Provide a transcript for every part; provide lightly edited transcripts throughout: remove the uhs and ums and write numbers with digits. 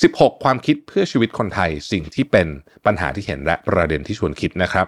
16ความคิดเพื่อชีวิตคนไทยสิ่งที่เป็นปัญหาที่เห็นและประเด็นที่ชวนคิดนะครับ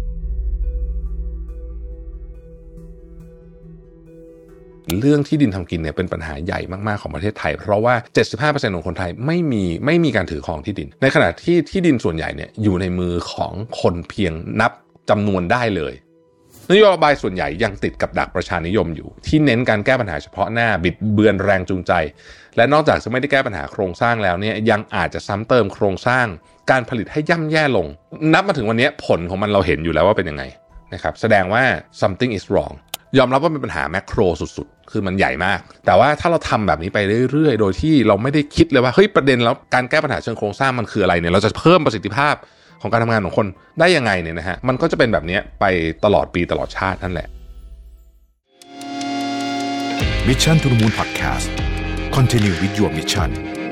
เรื่องที่ดินทำกินเนี่ยเป็นปัญหาใหญ่มากๆของประเทศไทยเพราะว่า 75% ของคนไทยไม่มีการถือครองที่ดินในขณะที่ที่ดินส่วนใหญ่เนี่ยอยู่ในมือของคนเพียงนับจำนวนได้เลยนโยบายส่วนใหญ่ยังติดกับดักประชานิยมอยู่ที่เน้นการแก้ปัญหาเฉพาะหน้าบิดเบือนแรงจูงใจและนอกจากจะไม่ได้แก้ปัญหาโครงสร้างแล้วเนี่ยยังอาจจะซ้ำเติมโครงสร้างการผลิตให้ย่ำแย่ลงนับมาถึงวันนี้ผลของมันเราเห็นอยู่แล้วว่าเป็นยังไงนะครับแสดงว่า something is wrong ยอมรับว่าเป็นปัญหาแมคโครสุดๆคือมันใหญ่มากแต่ว่าถ้าเราทำแบบนี้ไปเรื่อยๆโดยที่เราไม่ได้คิดเลยว่าเฮ้ยประเด็นแล้วการแก้ปัญหาเชิงโครงสร้างมันคืออะไรเนี่ยเราจะเพิ่มประสิทธิภาพของการทำงานของคนได้ยังไงเนี่ยนะฮะมันก็จะเป็นแบบนี้ไปตลอดปีตลอดชาตินั่นแหละ Mission to the Moon Podcast Continue with your mission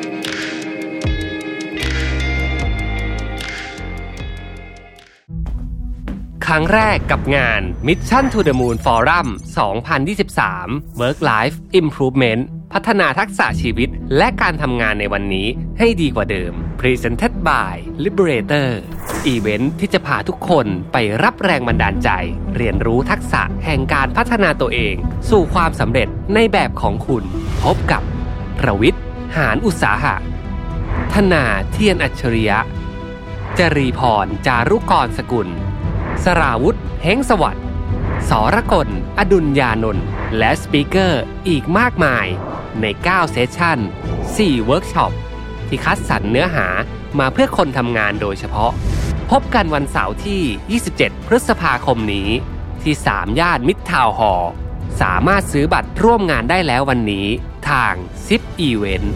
ครั้งแรกกับงาน Mission to the Moon Forum 2023 Work Life Improvement พัฒนาทักษะชีวิตและการทำงานในวันนี้ให้ดีกว่าเดิม Presented by Liberator อีเวนท์ที่จะพาทุกคนไปรับแรงบันดาลใจเรียนรู้ทักษะแห่งการพัฒนาตัวเองสู่ความสำเร็จในแบบของคุณพบกับประวิทย์ หาญอุตสาหะธนาเทียนอัจฉริยะจรีพรจารุกรสกุลสราวุธเฮ้งสวัสดิ์สรกลอดุลยานนท์และสปีกเกอร์อีกมากมายใน9เซสชั่น4เวิร์กช็อปที่คัดสรรเนื้อหามาเพื่อคนทำงานโดยเฉพาะพบกันวันเสาร์ที่27พฤษภาคมนี้ที่3ย่านมิตรทาวน์ฮอลล์สามารถซื้อบัตรร่วมงานได้แล้ววันนี้ทาง ZIP Event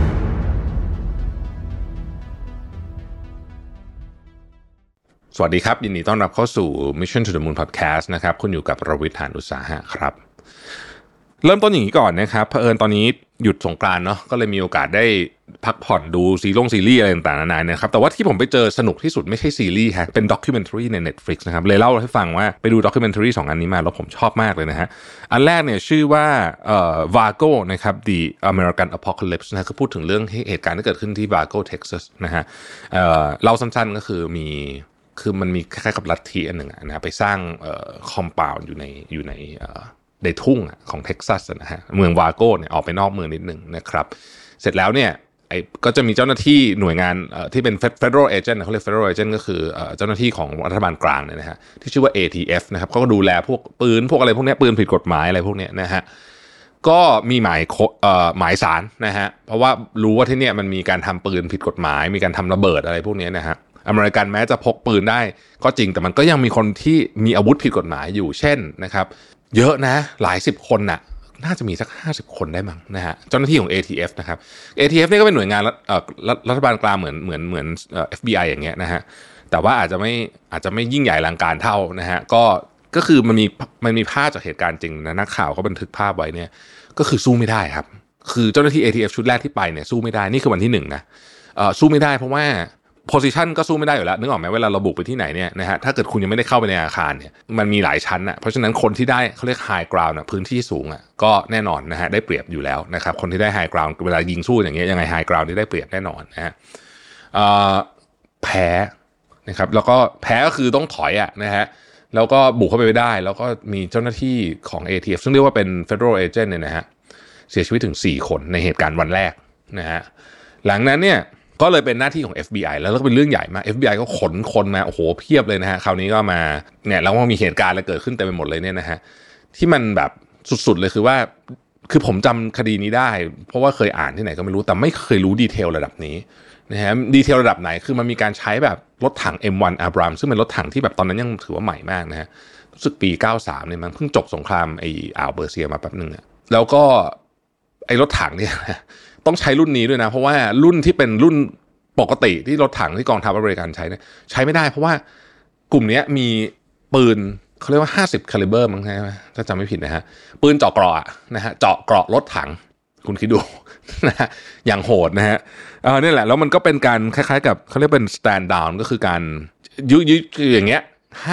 สวัสดีครับยินดีต้อนรับเข้าสู่ Mission to the Moon Podcast นะครับคุณอยู่กับประวิทย์ หาญอุตสาหะครับเริ่มต้นอย่างนี้ก่อนนะครับเผอิญตอนนี้หยุดสงกรานต์เนาะก็เลยมีโอกาสได้พักผ่อนดูซีรีส์อะไรต่างๆนานานะครับแต่ว่าที่ผมไปเจอสนุกที่สุดไม่ใช่ซีรีส์ฮะเป็นด็อกิเมนทารีใน Netflix นะครับเลยเล่าให้ฟังว่าไปดูด็อกิเมนทารี2อันนี้มาแล้วผมชอบมากเลยนะฮะอันแรกเนี่ยชื่อว่าVargo นะครับ The American Apocalypse นะคือพูดถึงเรื่องเหตุการณ์ที่เกิดขึ้นที่ Vargo Texas นะฮะเล่าสั้นๆก็คือมันมีคล้ายๆกับลัทธิอันหนึ่งนะไปสร้างคอมเปาน์อยู่ในทุ่งของเท็กซัสนะฮะเมืองวาโก้เนี่ยออกไปนอกเมืองนิดหนึ่งนะครับเสร็จแล้วเนี่ยก็จะมีเจ้าหน้าที่หน่วยงานที่เป็น Federal Agent เขาเรียก Federal Agent ก็คือเจ้าหน้าที่ของรัฐบาลกลางเนี่ยนะฮะที่ชื่อว่า ATF นะครับเขาก็ดูแลพวกปืนพวกอะไรพวกนี้ปืนผิดกฎหมายอะไรพวกนี้นะฮะก็มีหมายสารนะฮะเพราะว่ารู้ว่าที่เนี่ยมันมีการทำปืนผิดกฎหมายมีการทำระเบิดอะไรพวกนี้นะฮะอเมริกันแม้จะพกปืนได้ก็จริงแต่มันก็ยังมีคนที่มีอาวุธผิดกฎหมายอยู่เช่นนะครับเยอะนะหลาย10คนน่ะน่าจะมีสัก50คนได้มั้งนะฮะเจ้าหน้าที่ของ ATF นะครับ ATF นี่ก็เป็นหน่วยงานรัฐบาลกลางเหมือนFBI อย่างเงี้ยนะฮะแต่ว่าอาจจะไม่ยิ่งใหญ่อลังการเท่านะฮะก็คือมันมีภาพจากเหตุการณ์จริงนะนักข่าวก็บันทึกภาพไว้เนี่ยก็คือสู้ไม่ได้ครับคือเจ้าหน้าที่ ATF ชุดแรกที่ไปเนี่ยสู้ไม่ได้นี่คือวันที่1นะสู้ไม่ได้เพราะว่าposition ก็สู้ไม่ได้อยู่แล้วนึกออกไหมเวลาเราบุกไปที่ไหนเนี่ยนะฮะถ้าเกิดคุณยังไม่ได้เข้าไปในอาคารเนี่ยมันมีหลายชั้นอ่ะเพราะฉะนั้นคนที่ได้เขาเรียก high ground พื้นที่สูงก็แน่นอนนะฮะได้เปรียบอยู่แล้วนะครับคนที่ได้ high ground เวลายิงสู้อย่างเงี้ยยังไง high ground ที่ได้เปรียบแน่นอนนะฮะแพ้นะครับแล้วก็แพ้ก็คือต้องถอยนะฮะแล้วก็บุกเข้าไปไม่ได้แล้วก็มีเจ้าหน้าที่ของ ATF ซึ่งเรียกว่าเป็น Federal Agent เนี่ยนะฮะเสียชีวิตถึง4คนในเหตุการณ์วันแรกนะฮะหลังนั้นเนี่ยก็เลยเป็นหน้าที่ของ FBI แล้วก็เป็นเรื่องใหญ่มาก FBI ก็ขนคนมาโอ้โหเพียบเลยนะฮะคราวนี้ก็มาเนี่ยแล้วก็มีเหตุการณ์อะไรเกิดขึ้นเต็มไปหมดเลยเนี่ยนะฮะที่มันแบบสุดๆเลยคือว่าคือผมจำคดีนี้ได้เพราะว่าเคยอ่านที่ไหนก็ไม่รู้แต่ไม่เคยรู้ดีเทลระดับนี้นะฮะดีเทลระดับไหนคือมันมีการใช้แบบรถถัง M1 Abrams ซึ่งเป็นรถถังที่แบบตอนนั้นยังถือว่าใหม่มากนะฮะรู้สึกปี93เนี่ยมันเพิ่งจบสงครามอ่าวเปอร์เซียมาแป๊บนึงแล้วก็ไอ้รถถังเนี่ยต้องใช้รุ่นนี้ด้วยนะเพราะว่ารุ่นที่เป็นรุ่นปกติที่รถถังที่กองทัพอเมริกันใช้เนี่ยใช้ไม่ได้เพราะว่ากลุ่มนี้มีปืนเขาเรียกว่า50คาลิเบอร์มั้งใช่ไหมถ้าจำไม่ผิดนะฮะปืนเจาะเกราะนะฮะเจาะเกราะรถถังคุณคิดดูนะฮะอย่างโหดนะฮะนี่แหละแล้วมันก็เป็นการคล้ายๆกับเขาเรียกเป็น stand down ก็คือการยื้ออย่างเงี้ย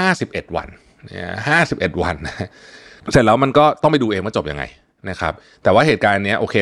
51วันเนี่ย51วันเสร็จแล้วมันก็ต้องไปดูเองว่าจบยังไงนะครับแต่ว่าเหตุการณ์นี้โอเคแหละ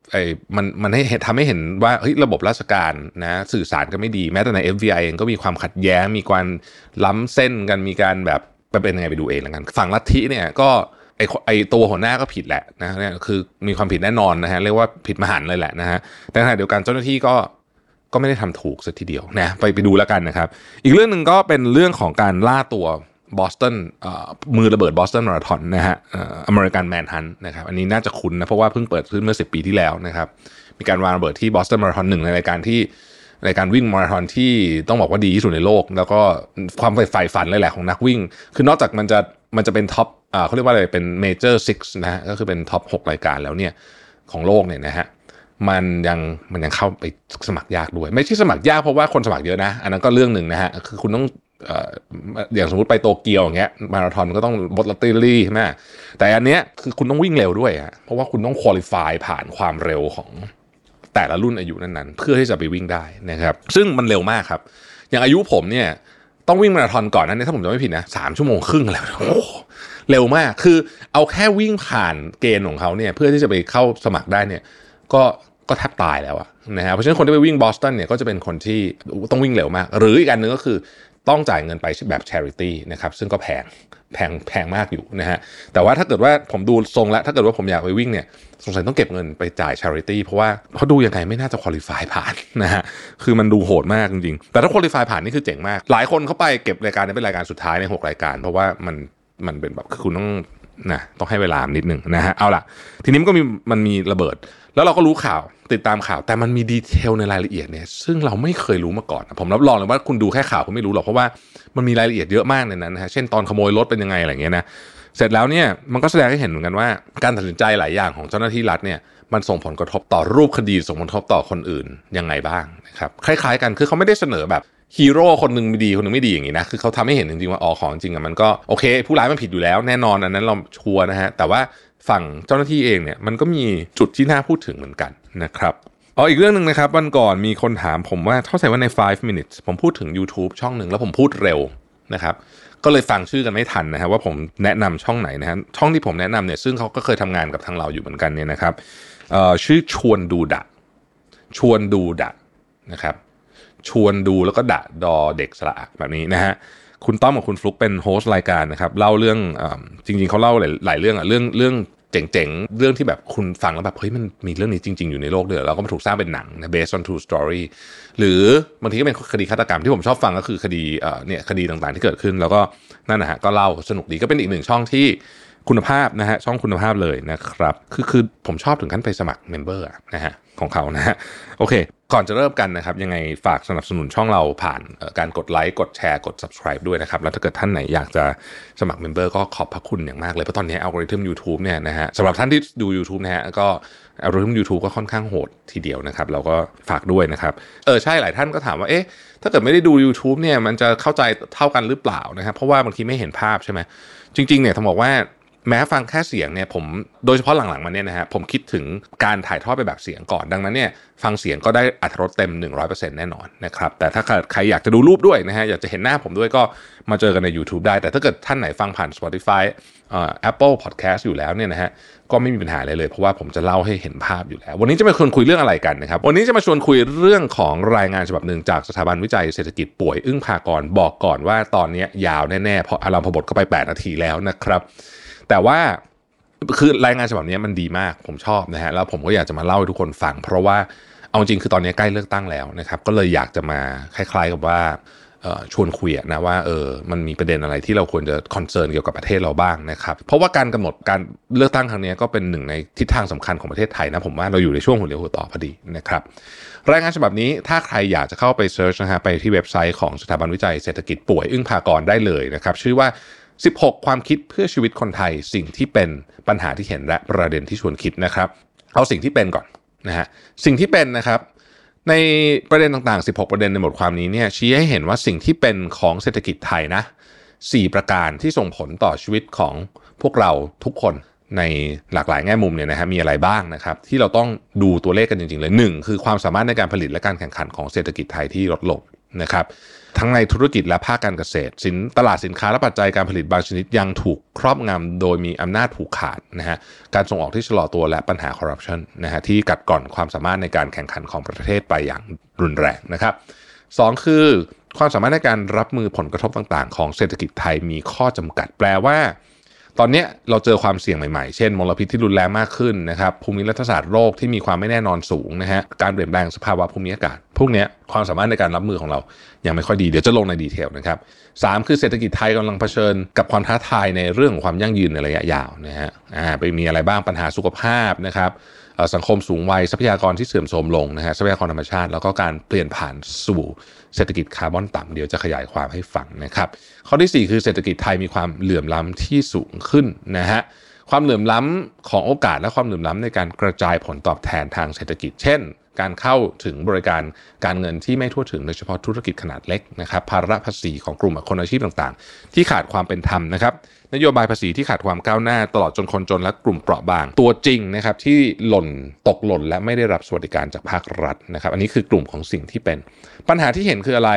มันให้ทำให้เห็นว่าเฮ้ยระบบราชการนะสื่อสารกันไม่ดีแม้แต่ใน FBI เองก็มีความขัดแย้งมีการล้ำเส้นกันมีการแบบเป็นยังไงไปดูเองแล้วกันฝั่งลัทธิเนี่ยก็ไอตัวหัวหน้าก็ผิดแหละนะเนี่ยคือมีความผิดแน่นอนนะฮะเรียกว่าผิดมหันต์เลยแหละนะฮะแต่ขณะเดียวกันเจ้าหน้าที่ก็ไม่ได้ทำถูกสักทีเดียวนะไปดูแล้วกันนะครับอีกเรื่องนึงก็เป็นเรื่องของการล่าตัวบอสตันมือระเบิดบอสตันมาราธอนนะฮะอเมริกันแมนฮันต์นะครับอันนี้น่าจะคุ้นนะเพราะว่าเพิ่งเปิดขึ้นเมื่อ10 ปีที่แล้วนะครับมีการวางระเบิดที่บอสตันมาราธอน1ในรายการวิ่งมาราธอนที่ต้องบอกว่าดีที่สุดในโลกแล้วก็ความใฝ่ฝันเลยแหละของนักวิ่งคือนอกจากมันจะเป็นท็อปเขาเรียกว่าอะไรเป็นเมเจอร์6นะฮะก็คือเป็นท็อป6รายการแล้วเนี่ยของโลกเนี่ยนะฮะมันยังเข้าไปสมัครยากด้วยไม่ใช่สมัครยากเพราะว่าคนสมัครเยอะนะอันนั้นก็เรื่องนึงนะฮะคือคุณต้องอย่างสมมติไปโตเกียวอย่างเงี้ยมาราธอนก็ต้องลดลอตเตอรี่ใช่ไหมแต่อันเนี้ยคือคุณต้องวิ่งเร็วด้วยฮะเพราะว่าคุณต้องควอลิฟายผ่านความเร็วของแต่ละรุ่นอายุนั้นๆเพื่อที่จะไปวิ่งได้นะครับซึ่งมันเร็วมากครับอย่างอายุผมเนี่ยต้องวิ่งมาราธอนก่อนนั้นเนี่ยถ้าผมจำไม่ผิดนะ3 ชั่วโมงครึ่งแล้วโอ้เร็วมากคือเอาแค่วิ่งผ่านเกณฑ์ของเขาเนี่ยเพื่อที่จะไปเข้าสมัครได้เนี่ยก็แทบตายแล้วนะฮะเพราะฉะนั้นคนที่ไปวิ่งบอสตันเนี่ยก็จะเป็นคนที่ต้องวิ่งเร็วมากหรืออีกอันนึงก็คือต้องจ่ายเงินไปแบบ charity นะครับซึ่งก็แพงมากอยู่นะฮะแต่ว่าถ้าเกิดว่าผมดูทรงแล้วถ้าเกิดว่าผมอยากไปวิ่งเนี่ยสงสัยต้องเก็บเงินไปจ่าย charity เพราะว่าเขาดูยังไงไม่น่าจะ qualify ผ่านนะฮะคือมันดูโหดมากจริงๆแต่ถ้า qualify ผ่านนี่คือเจ๋งมากหลายคนเขาไปเก็บรายการนี้เป็นรายการสุดท้ายใน6 รายการเพราะว่ามันเป็นแบบคือคุณต้องให้เวลานิดนึงนะฮะเอาล่ะทีนี้มันมีระเบิดแล้วเราก็รู้ข่าวติดตามข่าวแต่มันมีดีเทลในรายละเอียดเนี่ยซึ่งเราไม่เคยรู้มาก่อนผมรับรองเลยว่าคุณดูแค่ข่าวคุณไม่รู้หรอกเพราะว่ามันมีรายละเอียดเยอะมากในนั้นนะฮะเช่นตอนขโมยรถเป็นยังไงอะไรเงี้ยนะเสร็จแล้วเนี่ยมันก็แสดงให้เห็นเหมือนกันว่าการตัดสินใจหลายอย่างของเจ้าหน้าที่รัฐเนี่ยมันส่งผลกระทบต่อรูปคดีส่งผลกระทบต่อคนอื่นยังไงบ้างนะครับคล้ายๆกันคือเขาไม่ได้เสนอแบบฮีโร่คนนึงดีคนนึงไม่ดีอย่างนี้นะคือเขาทำให้เห็นจริงๆว่าของจริงมันก็โอเคผู้ร้ายมันผิดอยู่แล้วแน่นอนอันนั้นเราชัวร์นะฮะแต่ว่าฝั่งเจ้าหน้าที่เองเนี่ยมันก็มีจุดที่น่าพูดถึงเหมือนกันนะครับอีกเรื่องนึงนะครับวันก่อนมีคนถามผมว่าเข้าใจว่าใน5 minutes ผมพูดถึง YouTube ช่องนึงแล้วผมพูดเร็วนะครับก็เลยฟังชื่อกันไม่ทันนะฮะว่าผมแนะนำช่องไหนนะฮะช่องที่ผมแนะนำเนี่ยซึ่งเขาก็เคยทำงานกับทางเราอยู่เหมือนกันเนี่ยนะครับชื่อชวนดูดะนะครับชวนดูแล้วก็ดะดอเด็กสระแบบนี้นะฮะคุณต้อมกับคุณฟลุกเป็นโฮสต์รายการนะครับเล่าเรื่องจริงๆเขาเล่าหลายเรื่องเรื่องเจ๋งๆเรื่องที่แบบคุณฟังแล้วแบบเฮ้ยมันมีเรื่องนี้จริงๆอยู่ในโลกด้วยแล้วก็มาถูกสร้างเป็นหนังนะ based on true story หรือบางทีก็เป็นคดีฆาตกรรมที่ผมชอบฟังก็คือคดีต่างๆที่เกิดขึ้นแล้วก็นั่นนะฮะก็เล่าสนุกดีก็เป็นอีกหนึ่งช่องที่คุณภาพนะฮะช่องคุณภาพเลยนะครับคือผมชอบถึงขั้นไปสมัครเมมเบอร์นะฮะของเขานะฮะโอเคก่อนจะเริ่มกันนะครับยังไงฝากสนับสนุนช่องเราผ่านการกดไลค์กดแชร์กด subscribe ด้วยนะครับแล้วถ้าเกิดท่านไหนอยากจะสมัครเมมเบอร์ก็ขอบพระคุณอย่างมากเลยเพราะตอนนี้อัลกอริทึม YouTube เนี่ยนะฮะสำหรับท่านที่ดู YouTube นะฮะก็อัลกอริทึม YouTube ก็ค่อนข้างโหดทีเดียวนะครับเราก็ฝากด้วยนะครับใช่หลายท่านก็ถามว่าถ้าเกิดไม่ได้ดู YouTube เนี่ยมันจะเข้าใจเท่ากันหรือเปล่านะครับเพราะว่าบางทีไม่เห็นภาพใช่ไหมจริงๆเนี่ยต้องบอกว่าแม้ฟังแค่เสียงเนี่ยผมโดยเฉพาะหลังๆมาเนี่ยนะฮะผมคิดถึงการถ่ายทอดไปแบบเสียงก่อนดังนั้นเนี่ยฟังเสียงก็ได้อรรถรสเต็ม 100% แน่นอนนะครับแต่ถ้าใครอยากจะดูรูปด้วยนะฮะอยากจะเห็นหน้าผมด้วยก็มาเจอกันใน YouTube ได้แต่ถ้าเกิดท่านไหนฟังผ่าน Spotify Apple Podcast อยู่แล้วเนี่ยนะฮะก็ไม่มีปัญหาเลยเพราะว่าผมจะเล่าให้เห็นภาพอยู่แล้ววันนี้จะมาชวนคุยเรื่องอะไรกันนะครับวันนี้จะมาชวนคุยเรื่องของรายงานฉบับหนึ่งจากสถาบันวิจัยเศรษฐกิจป่วยอึ้งพากรบอกก่อนว่าตอนนี้ยาวแน่ๆเพราะอารัมพบทก็ไป8 นาทีแล้วนะครับแต่ว่าคือรายงานฉบับนี้มันดีมากผมชอบนะฮะแล้วผมก็อยากจะมาเล่าให้ทุกคนฟังเพราะว่าเอาจริงคือตอนนี้ใกล้เลือกตั้งแล้วนะครับก็เลยอยากจะมาคล้ายๆกับว่าชวนคุยนะว่ามันมีประเด็นอะไรที่เราควรจะคอนเซิร์นเกี่ยวกับประเทศเราบ้างนะครับเพราะว่าการกำหนดการเลือกตั้งครั้งนี้ก็เป็นหนึ่งในทิศทางสำคัญของประเทศไทยนะผมว่าเราอยู่ในช่วงหัวเลี้ยวหัวต่อพอดีนะครับรายงานฉบับนี้ถ้าใครอยากจะเข้าไปเซิร์ชนะฮะไปที่เว็บไซต์ของสถาบันวิจัยเศรษฐกิจป่วยอึ้งพากรได้เลยนะครับชื่อว่า16ความคิดเพื่อชีวิตคนไทยสิ่งที่เป็นปัญหาที่เห็นและประเด็นที่ชวนคิดนะครับเอาสิ่งที่เป็นก่อนนะฮะสิ่งที่เป็นนะครับในประเด็นต่างๆ16ประเด็นในบทความนี้เนี่ยชี้ให้เห็นว่าสิ่งที่เป็นของเศรษฐกิจไทยนะ4ประการที่ส่งผลต่อชีวิตของพวกเราทุกคนในหลากหลายแง่มุมเนี่ยนะฮะมีอะไรบ้างนะครับที่เราต้องดูตัวเลขกันจริงๆเลย1คือความสามารถในการผลิตและการแข่งขันของเศรษฐกิจไทยที่ลดลงนะครับทั้งในธุรกิจและภาคการเกษตรตลาดสินค้าและปัจจัยการผลิตบางชนิดยังถูกครอบงำโดยมีอำนาจผูกขาดนะฮะการส่งออกที่ชะลอตัวและปัญหาคอร์รัปชันนะฮะที่กัดกร่อนความสามารถในการแข่งขันของประเทศไปอย่างรุนแรงนะครับ2คือความสามารถในการรับมือผลกระทบต่างๆของเศรษฐกิจไทยมีข้อจำกัดแปลว่าตอนนี้เราเจอความเสี่ยงใหม่ๆเช่นมลพิษที่รุนแรงมากขึ้นนะครับภูมิรัฐศาสตร์โลกที่มีความไม่แน่นอนสูงนะฮะการเปลี่ยนแปลงสภาวะภูมิอากาศพวกนี้ความสามารถในการรับมือของเรายังไม่ค่อยดีเดี๋ยวจะลงในดีเทลนะครับ3คือเศรษฐกิจไทยกำลังเผชิญกับความท้าทายในเรื่องของความยั่งยืนในระยะยาวนะฮะไปมีอะไรบ้างปัญหาสุขภาพนะครับสังคมสูงวัยทรัพยากรที่เสื่อมโทรมลงนะฮะทรัพยากรธรรมชาติแล้วก็การเปลี่ยนผ่านสู่เศรษฐกิจคาร์บอนต่ำเดี๋ยวจะขยายความให้ฟังนะครับข้อที่4คือเศรษฐกิจไทยมีความเหลื่อมล้ำที่สูงขึ้นนะฮะความเหลื่อมล้ำของโอกาสและความเหลื่อมล้ำในการกระจายผลตอบแทนทางเศรษฐกิจเช่นการเข้าถึงบริการการเงินที่ไม่ทั่วถึงโดยเฉพาะธุรกิจขนาดเล็กนะครับภาระภาษีของกลุ่มคนอาชีพต่างๆที่ขาดความเป็นธรรมนะครับนโยบายภาษีที่ขาดความก้าวหน้าตลอดจนคนจนและกลุ่มเปราะบางตัวจริงนะครับที่ตกหล่นและไม่ได้รับสวัสดิการจากภาครัฐนะครับอันนี้คือกลุ่มของสิ่งที่เป็นปัญหาที่เห็นคืออะไร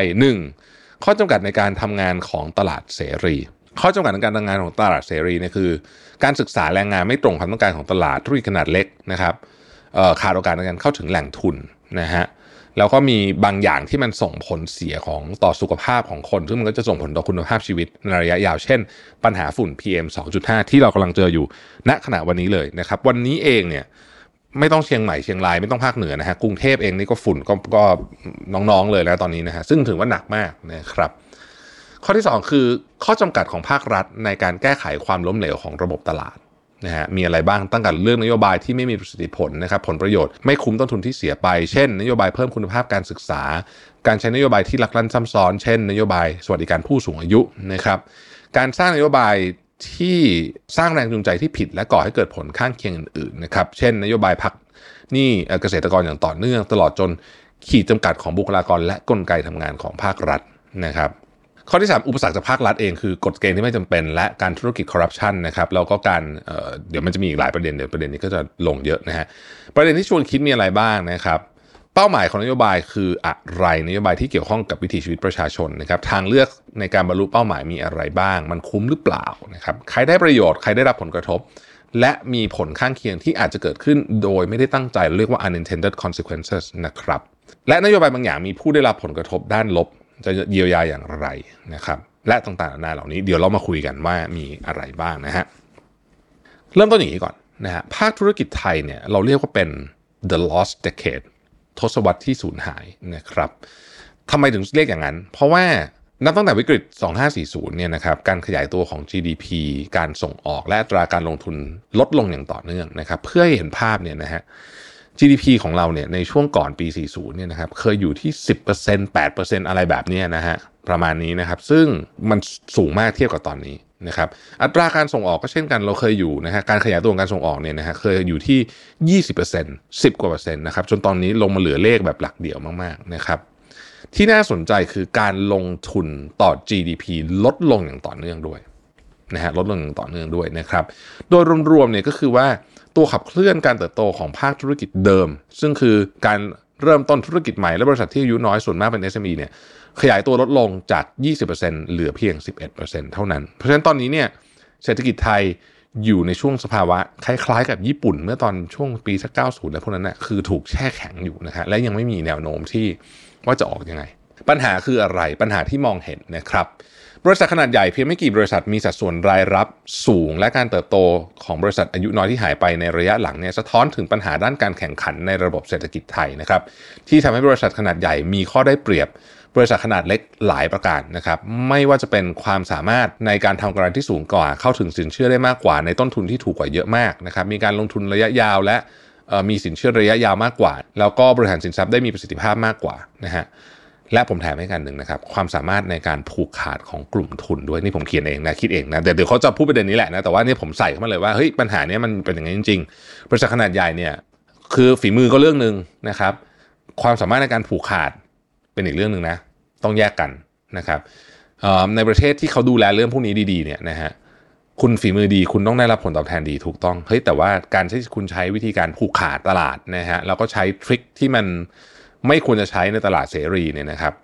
1. ข้อจำกัดในการทำงานของตลาดเสรีข้อจำกัดในการทำงานของตลาดเสรีเนี่ยคือการศึกษาแรงงานไม่ตรงความต้องการของตลาดธุรกิจขนาดเล็กนะครับขาดโอกาสในการเข้าถึงแหล่งทุนนะฮะแล้วก็มีบางอย่างที่มันส่งผลเสียของต่อสุขภาพของคนซึ่งมันก็จะส่งผลต่อคุณภาพชีวิตในระยะยาวเช่นปัญหาฝุ่น PM 2.5 ที่เรากำลังเจออยู่ณขณะวันนี้เลยนะครับวันนี้เองเนี่ยไม่ต้องเชียงใหม่เชียงรายไม่ต้องภาคเหนือนะฮะกรุงเทพเองนี่ก็ฝุ่นก็น้องๆเลยนะตอนนี้นะฮะซึ่งถือว่าหนักมากนะครับข้อที่2คือข้อจำกัดของภาครัฐในการแก้ไขความล้มเหลวของระบบตลาดนะฮะมีอะไรบ้างตั้งแต่เรื่องนโยบายที่ไม่มีประสิทธิผลนะครับผลประโยชน์ไม่คุ้มต้นทุนที่เสียไปเช่นนโยบายเพิ่มคุณภาพการศึกษาการใช้นโยบายที่ลักลั่นซ้ำซ้อนเช่นนโยบายสวัสดิการผู้สูงอายุนะครับการสร้างนโยบายที่สร้างแรงจูงใจที่ผิดและก่อให้เกิดผลข้างเคียงอื่นๆนะครับเช่นนโยบายพักหนี้เกษตรกรอย่างต่อเนื่องตลอดจนขีดจำกัดของบุคลากรและกลไกทำงานของภาครัฐนะครับข้อที่3อุปสรรคจากภาครัฐเองคือกฎเกณฑ์ที่ไม่จำเป็นและการธุรกิจคอร์รัปชันนะครับแล้วก็การเดี๋ยวมันจะมีอีกหลายประเด็นเดี๋ยวประเด็นนี้ก็จะลงเยอะนะฮะประเด็นที่ชวนคิดมีอะไรบ้างนะครับเป้าหมายของนโยบายคืออะไรนโยบายที่เกี่ยวข้องกับวิถีชีวิตประชาชนนะครับทางเลือกในการบรรลุเป้าหมายมีอะไรบ้างมันคุ้มหรือเปล่านะครับใครได้ประโยชน์ใครได้รับผลกระทบและมีผลข้างเคียงที่อาจจะเกิดขึ้นโดยไม่ได้ตั้งใจเรียกว่า unintended consequences นะครับและนโยบายบางอย่างมีผู้ได้รับผลกระทบด้านลบจะเยียวยาอย่างไรนะครับและต่างๆนานาเหล่านี้เดี๋ยวเรามาคุยกันว่ามีอะไรบ้างนะฮะเริ่มต้นอย่างนี้ก่อนนะฮะภาคธุรกิจไทยเนี่ยเราเรียกว่าเป็น the lost decade ทศวรรษที่สูญหายนะครับทำไมถึงเรียกอย่างนั้นเพราะว่านับตั้งแต่วิกฤต2540เนี่ยนะครับการขยายตัวของ GDP การส่งออกและอัตราการลงทุนลดลงอย่างต่อเนื่องนะครับเพื่อให้เห็นภาพเนี่ยนะฮะGDP ของเราเนี่ยในช่วงก่อนปี 40 เนี่ยนะครับเคยอยู่ที่ 10% 8% อะไรแบบนี้นะฮะประมาณนี้นะครับซึ่งมันสูงมากเทียบกับตอนนี้นะครับอัตราการส่งออกก็เช่นกันเราเคยอยู่นะฮะการขยายตัวของการส่งออกเนี่ยนะฮะเคยอยู่ที่ 20% 10 กว่า%นะครับจนตอนนี้ลงมาเหลือเลขแบบหลักเดียวมากๆนะครับที่น่าสนใจคือการลงทุนต่อ GDP ลดลงอย่างต่อเนื่องด้วยนะฮะลดลงอย่างต่อเนื่องด้วยนะครับโดยรวมๆเนี่ยก็คือว่าตัวขับเคลื่อนการเติบโตของภาคธุรกิจเดิมซึ่งคือการเริ่มต้นธุรกิจใหม่และบริษัทที่อายุน้อยส่วนมากเป็น SME เนี่ยขยายตัวลดลงจาก 20% เหลือเพียง 11% เท่านั้นเพราะฉะนั้นตอนนี้เนี่ยเศรษฐกิจไทยอยู่ในช่วงสภาวะคล้ายๆกับญี่ปุ่นเมื่อตอนช่วงปีสัก90แล้วพวกนั้นนะคือถูกแช่แข็งอยู่นะฮะและยังไม่มีแนวโน้มที่ว่าจะออกยังไงปัญหาคืออะไรปัญหาที่มองเห็นนะครับบริษัทขนาดใหญ่เพียงไม่กี่บริษัทมีสัดส่วนรายรับสูงและการเติบโตของบริษัทอายุน้อยที่หายไปในระยะหลังเนี่ยสะท้อนถึงปัญหาด้านการแข่งขันในระบบเศรษฐกิจไทยนะครับที่ทำให้บริษัทขนาดใหญ่มีข้อได้เปรียบบริษัทขนาดเล็กหลายประการนะครับไม่ว่าจะเป็นความสามารถในการทำกำไรที่สูงกว่าเข้าถึงสินเชื่อได้มากกว่าในต้นทุนที่ถูกกว่าเยอะมากนะครับมีการลงทุนระยะยาวและมีสินเชื่อระยะยาวมากกว่าแล้วก็บริหารสินทรัพย์ได้มีประสิทธิภาพมากกว่านะฮะและผมแถมให้กันหนึ่งนะครับความสามารถในการผูกขาดของกลุ่มทุนด้วยนี่ผมเขียนเองนะคิดเองนะเดี๋ยวเขาจะพูดประเด็นนี้แหละนะแต่ว่านี่ผมใส่เข้ามาเลยว่าเฮ้ยปัญหานี้มันเป็นอย่างนี้จริงๆบริษัทขนาดใหญ่เนี่ยคือฝีมือก็เรื่องนึงนะครับความสามารถในการผูกขาดเป็นอีกเรื่องนึงนะต้องแยกกันนะครับในประเทศที่เขาดูแลเรื่องพวกนี้ดีๆเนี่ยนะฮะคุณฝีมือดีคุณต้องได้รับผลตอบแทนดีถูกต้องเฮ้ยแต่ว่าการที่คุณใช้วิธีการผูกขาดตลาดนะฮะแล้วก็ใช้ทริคที่มันไม่ควรจะใช้ในตลาดเสรีเนี่ยนะครับ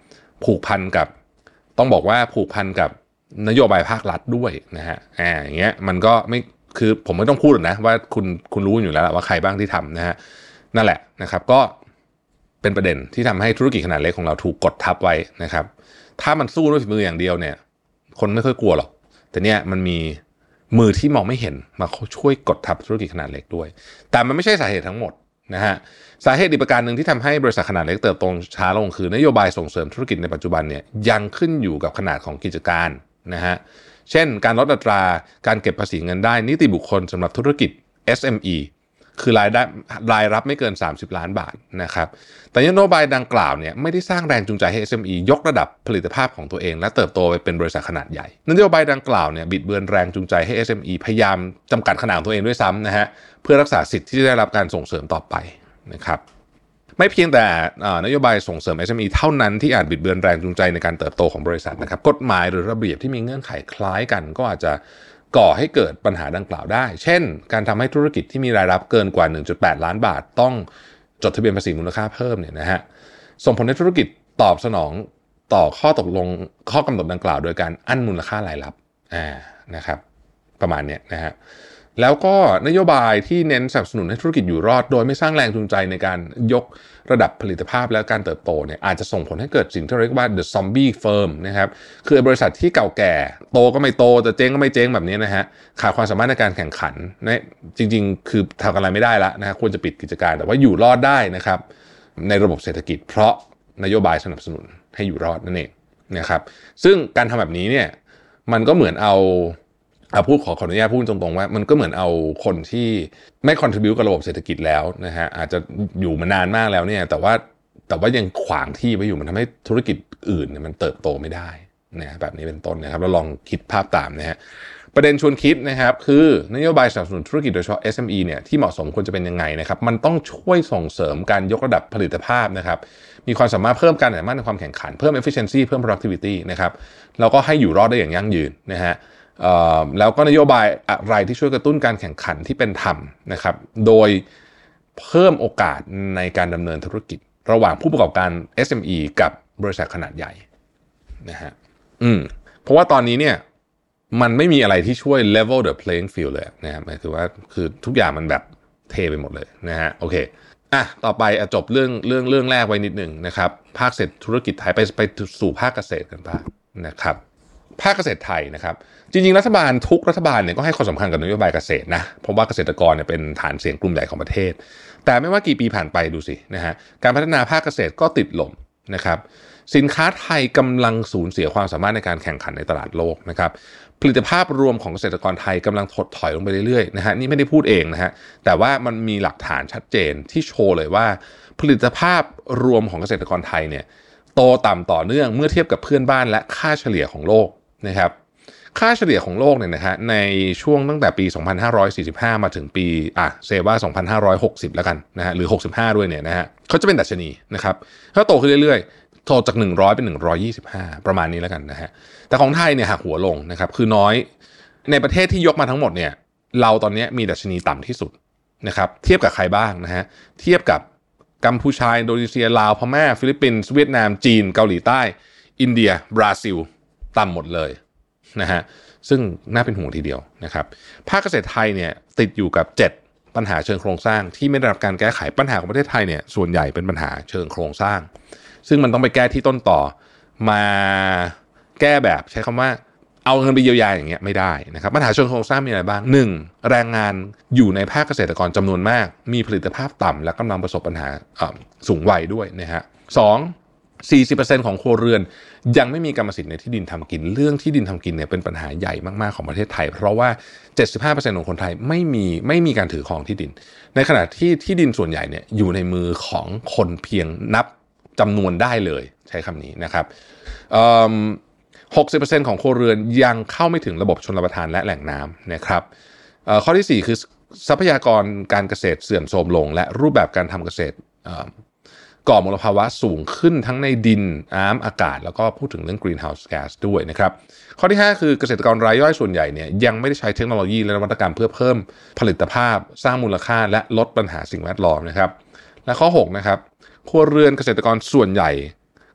ผูกพันกับต้องบอกว่าผูกพันกับนโยบายภาครัฐด้วยนะฮะอย่างเงี้ยมันก็ไม่คือผมไม่ต้องพูดหรอกนะว่าคุณรู้อยู่แล้วว่าใครบ้างที่ทำนะฮะนั่นแหละนะครับก็เป็นประเด็นที่ทำให้ธุรกิจขนาดเล็กของเราถูกกดทับไว้นะครับถ้ามันสู้ด้วยฝีมืออย่างเดียวเนี่ยคนไม่ค่อยกลัวหรอกแต่เนี่ยมันมีมือที่มองไม่เห็นมาช่วยกดทับธุรกิจขนาดเล็กด้วยแต่มันไม่ใช่สาเหตุทั้งหมดนะฮะสาเหตุอีกประการหนึ่งที่ทำให้บริษัทขนาดเล็กเติบโตช้าลงคือนโยบายส่งเสริมธุรกิจในปัจจุบันเนี่ยยังขึ้นอยู่กับขนาดของกิจการนะฮะเช่นการลดอัตราการเก็บภาษีเงินได้นิติบุคคลสำหรับธุรกิจ SME คือรายรับไม่เกิน30ล้านบาทนะครับแต่นโยบายดังกล่าวเนี่ยไม่ได้สร้างแรงจูงใจให้ SME ยกระดับผลิตภาพของตัวเองและเติบโตไปเป็นบริษัทขนาดใหญ่นโยบายดังกล่าวเนี่ยบิดเบือนแรงจูงใจให้ SME พยายามจำกัดขนาดตัวเองด้วยซ้ำนะฮะเพื่อรักษาสิทธิ์ที่ได้รับการส่งเสริมต่อไปนะครับไม่เพียงแต่นโยบายส่งเสริม SME เท่านั้นที่อาจบิดเบือนแรงจูงใจในการเติบโตของบริษัทนะครับกฎหมายหรือระเบียบที่มีเงื่อนไขคล้ายกันก็อาจจะก่อให้เกิดปัญหาดังกล่าวได้เช่นการทำให้ธุรกิจที่มีรายรับเกินกว่า 1.8 ล้านบาทต้องจดทะเบียนภาษีมูลค่าเพิ่มเนี่ยนะฮะส่งผลให้ธุรกิจตอบสนองต่อข้อตกลงข้อกำหนดดังกล่าวโดยการอั้นมูลค่ารายรับนะครับประมาณนี้นะฮะแล้วก็นโยบายที่เน้นสนับสนุนให้ธุรกิจอยู่รอดโดยไม่สร้างแรงจูงใจในการยกระดับผลิตภาพและการเติบโตเนี่ยอาจจะส่งผลให้เกิดสิ่งที่เรียกว่า the zombie firm นะครับคือบริษัทที่เก่าแก่โตก็ไม่โตจะเจ๊งก็ไม่เจ๊งแบบนี้นะฮะขาดความสามารถในการแข่งขันนะจริงๆคือทำอะไรไม่ได้ละนะฮะควรจะปิดกิจการแต่ว่าอยู่รอดได้นะครับในระบบเศรษฐกิจเพราะนโยบายสนับสนุนให้อยู่รอดนั่นเองนะครับซึ่งการทำแบบนี้เนี่ยมันก็เหมือนเอาขออนุญาตพูดตรงๆว่ามันก็เหมือนเอาคนที่ไม่ contribute กับระบบเศรษฐกิจแล้วนะฮะอาจจะอยู่มานานมากแล้วเนี่ยแต่ว่ายังขวางที่ไว้อยู่มันทำให้ธุรกิจอื่นเนี่ยมันเติบโตไม่ได้นะแบบนี้เป็นต้นนะครับเราลองคิดภาพตามนะฮะประเด็นชวนคิดนะครับคือนโยบายสนับสนุนธุรกิจโดยเฉพาะ SME เนี่ยที่เหมาะสมควรจะเป็นยังไงนะครับมันต้องช่วยส่งเสริมการยกระดับผลิตภาพนะครับมีความสามารถเพิ่มการสามารถในความแข่งขันเพิ่ม efficiency เพิ่ม productivity นะครับแล้วก็ให้อยู่รอดได้อย่างยั่งยืนนะฮะแล้วก็นโยบายอะไรที่ช่วยกระตุ้นการแข่งขันที่เป็นธรรมนะครับโดยเพิ่มโอกาสในการดำเนินธุรกิจระหว่างผู้ประกอบการ SME กับบริษัทขนาดใหญ่นะฮะเพราะว่าตอนนี้เนี่ยมันไม่มีอะไรที่ช่วย level the playing field เลยนะครับหมายถึงว่าคือทุกอย่างมันแบบเทไปหมดเลยนะฮะโอเคต่อไปจบเรื่องแรกไว้นิดนึงนะครับภาคเศรษฐธุรกิจไทยไปสู่ภาคเกษตรกันบ้างนะครับภาคเกษตรไทยนะครับจริงๆรัฐบาลทุกรัฐบาลเนี่ยก็ให้ความสำคัญกับนโยบายเกษตรนะเพราะว่าเกษตรกรเนี่ยเป็นฐานเสียงกลุ่มใหญ่ของประเทศแต่ไม่ว่ากี่ปีผ่านไปดูสินะฮะการพัฒนาภาคเกษตรก็ติดลมนะครับสินค้าไทยกำลังสูญเสียความสามารถในการแข่งขันในตลาดโลกนะครับผลิตภาพรวมของเกษตรกรไทยกำลังถดถอยลงไปเรื่อยๆนะฮะนี่ไม่ได้พูดเองนะฮะแต่ว่ามันมีหลักฐานชัดเจนที่โชว์เลยว่าผลิตภาพรวมของเกษตรกรไทยเนี่ยโตต่ำต่อเนื่องเมื่อเทียบกับเพื่อนบ้านและค่าเฉลี่ยของโลกนะครับค่าเฉลี่ยของโลกเนี่ยนะฮะในช่วงตั้งแต่ปี2545มาถึงปีเซว่า2560แล้วกันนะฮะหรือ65ด้วยเนี่ยนะฮะเขาจะเป็นดัชนีนะครับถ้าโตขึ้นเรื่อยๆโตจาก100เป็น125ประมาณนี้แล้วกันนะฮะแต่ของไทยเนี่ยหักหัวลงนะครับคือน้อยในประเทศที่ยกมาทั้งหมดเนี่ยเราตอนนี้มีดัชนีต่ำที่สุดนะครับเทียบกับใครบ้างนะฮะเทียบกับกัมพูชาอินโดนีเซียลาวพม่าฟิลิปปินส์เวียดนามจีนเกาหลีใต้อินเดียบราซิลต่ำหมดเลยนะฮะซึ่งน่าเป็นห่วงทีเดียวนะครับภาคเกษตรไทยเนี่ยติดอยู่กับ7ปัญหาเชิงโครงสร้างที่ไม่ได้รับการแก้ไขปัญหาของประเทศไทยเนี่ยส่วนใหญ่เป็นปัญหาเชิงโครงสร้างซึ่งมันต้องไปแก้ที่ต้นต่อมาแก้แบบใช้คำว่าเอาเงินไปเยียวยาอย่างเงี้ยไม่ได้นะครับปัญหาเชิงโครงสร้างมีอะไรบ้าง1แรงงานอยู่ในภาคเกษตรกรจำนวนมากมีผลิตภาพต่ำและกำลังประสบปัญหาสูงวัยด้วยนะฮะ40% ของครัวเรือนยังไม่มีกรรมสิทธิ์ในที่ดินทำกินเรื่องที่ดินทำกินเนี่ยเป็นปัญหาใหญ่มากๆของประเทศไทยเพราะว่า 75% ของคนไทยไม่มีการถือครองที่ดินในขณะที่ที่ดินส่วนใหญ่เนี่ยอยู่ในมือของคนเพียงนับจำนวนได้เลยใช้คำนี้นะครับ60% ของครัวเรือนยังเข้าไม่ถึงระบบชลประทานและแหล่งน้ำนะครับข้อที่4คือทรัพยากรการเกษตรเสื่อมโทรมลงและรูปแบบการทำเกษตรก่อมลภาวะสูงขึ้นทั้งในดินน้ำอากาศแล้วก็พูดถึงเรื่อง greenhouse gas ด้วยนะครับข้อที่5คือเกษตรกรรายย่อยส่วนใหญ่เนี่ยยังไม่ได้ใช้เทคโนโลยีและนวัตกรรมเพื่อเพิ่มผลิตภาพสร้างมูลค่าและลดปัญหาสิ่งแวดล้อมนะครับและข้อ6นะครับครัวเรือนเกษตรกรส่วนใหญ่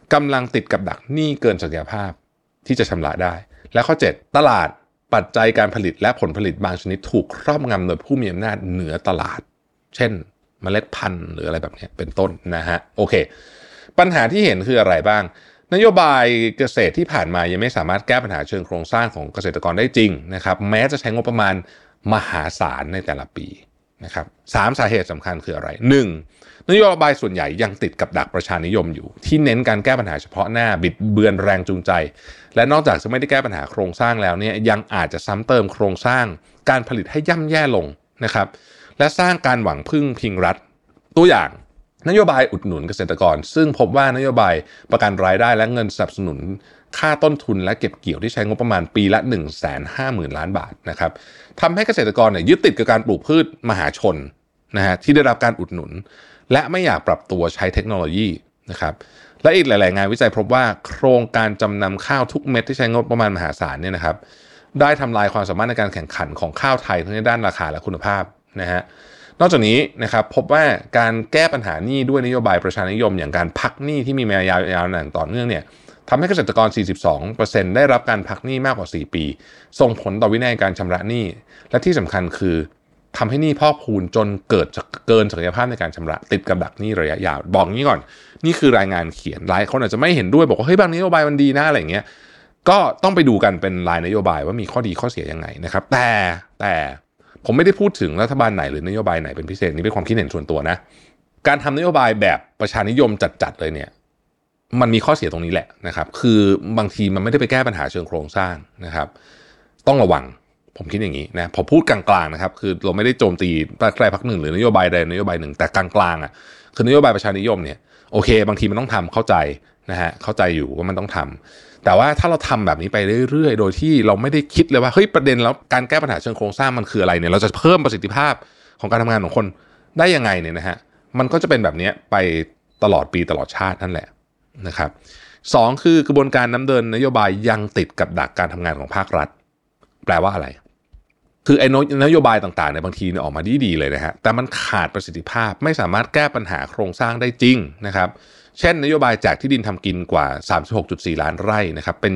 กำลังติดกับดักหนี้เกินศักยภาพที่จะชำระได้และข้อ7ตลาดปัจจัยการผลิตและผลผลิตบางชนิดถูกครอบงำโดยผู้มีอำนาจเหนือตลาดเช่นเมล็ดพันธุ์หรืออะไรแบบนี้เป็นต้นนะฮะโอเคปัญหาที่เห็นคืออะไรบ้างนโยบายเกษตรที่ผ่านมายังไม่สามารถแก้ปัญหาเชิงโครงสร้างของเกษตรกรได้จริงนะครับแม้จะใช้งบประมาณมหาศาลในแต่ละปีนะครับ3สาเหตุสำคัญคืออะไร 1. นโยบายส่วนใหญ่ยังติดกับดักประชานิยมอยู่ที่เน้นการแก้ปัญหาเฉพาะหน้าบิดเบือนแรงจูงใจและนอกจากจะไม่ได้แก้ปัญหาโครงสร้างแล้วเนี่ยยังอาจจะซ้ำเติมโครงสร้างการผลิตให้ย่ำแย่ลงนะครับและสร้างการหวังพึ่งพิงรัฐตัวอย่างนโยบายอุดหนุนเกษตรกรซึ่งพบว่านโยบายประกันรายได้และเงินสนับสนุนค่าต้นทุนและเก็บเกี่ยวที่ใช้งบประมาณปีละ 150,000 ล้านบาทนะครับทำให้เกษตรกรยึดติดกับการปลูกพืชมหาชนนะฮะที่ได้รับการอุดหนุนและไม่อยากปรับตัวใช้เทคโนโลยีนะครับและอีกหลายๆงานวิจัยพบว่าโครงการจำนำข้าวทุกเม็ดที่ใช้งบประมาณมหาศาลเนี่ยนะครับได้ทำลายความสามารถในการแข่งขันของข้าวไทยทั้งในด้านราคาและคุณภาพนะฮะนอกจากนี้นะครับพบว่าการแก้ปัญหาหนี้ด้วยนโยบายประชานิยมอย่างการพักหนี้ที่มีมายาวนานต่อเนื่องเนี่ยทำให้เกษตรกร 42% ได้รับการพักหนี้มากกว่า4ปีส่งผลต่อวินัยการชำระหนี้และที่สำคัญคือทำให้หนี้พอกพูนจนเกินศักยภาพในการชำระติดกับดักหนี้ระยะยาวบอกงี้ก่อนนี่คือรายงานเขียนหลายคนอาจจะไม่เห็นด้วยบอกว่าเฮ้ยบางนโยบายมันดีนะอะไรอย่างเงี้ยก็ต้องไปดูกันเป็นรายนโยบายว่ามีข้อดีข้อเสียยังไงนะครับแต่ผมไม่ได้พูดถึงรัฐบาลไหนหรือนโยบายไหนเป็นพิเศษนี่เป็นความคิดเห็นส่วนตัวนะการทำนโยบายแบบประชานิยมจัดเลยเนี่ยมันมีข้อเสียตรงนี้แหละนะครับคือบางทีมันไม่ได้ไปแก้ปัญหาเชิงโครงสร้างนะครับต้องระวังผมคิดอย่างนี้นะผมพูดกลางๆนะครับคือเราไม่ได้โจมตีใครพรรคหนึ่งหรือนโยบายใดนโยบายหนึ่งแต่กลางๆอ่ะคือนโยบายประชานิยมเนี่ยโอเคบางทีมันต้องทำเข้าใจนะฮะเข้าใจอยู่ว่ามันต้องทำแต่ว่าถ้าเราทำแบบนี้ไปเรื่อยๆโดยที่เราไม่ได้คิดเลยว่าเฮ้ยประเด็นแล้วการแก้ปัญหาเชิงโครงสร้างมันคืออะไรเนี่ยเราจะเพิ่มประสิทธิภาพของการทำงานของคนได้ยังไงเนี่ยนะฮะมันก็จะเป็นแบบนี้ไปตลอดปีตลอดชาตินั่นแหละนะครับ2คือกระบวนการดำเนินนโยบายยังติดกับดักการทำงานของภาครัฐแปลว่าอะไรคือไอ้นโยบายต่างๆเนี่ยบางทีเนี่ยออกมาดีๆเลยนะฮะแต่มันขาดประสิทธิภาพไม่สามารถแก้ปัญหาโครงสร้างได้จริงนะครับเช่นนโยบายแจกที่ดินทำกินกว่า 36.4 ล้านไร่นะครับเป็น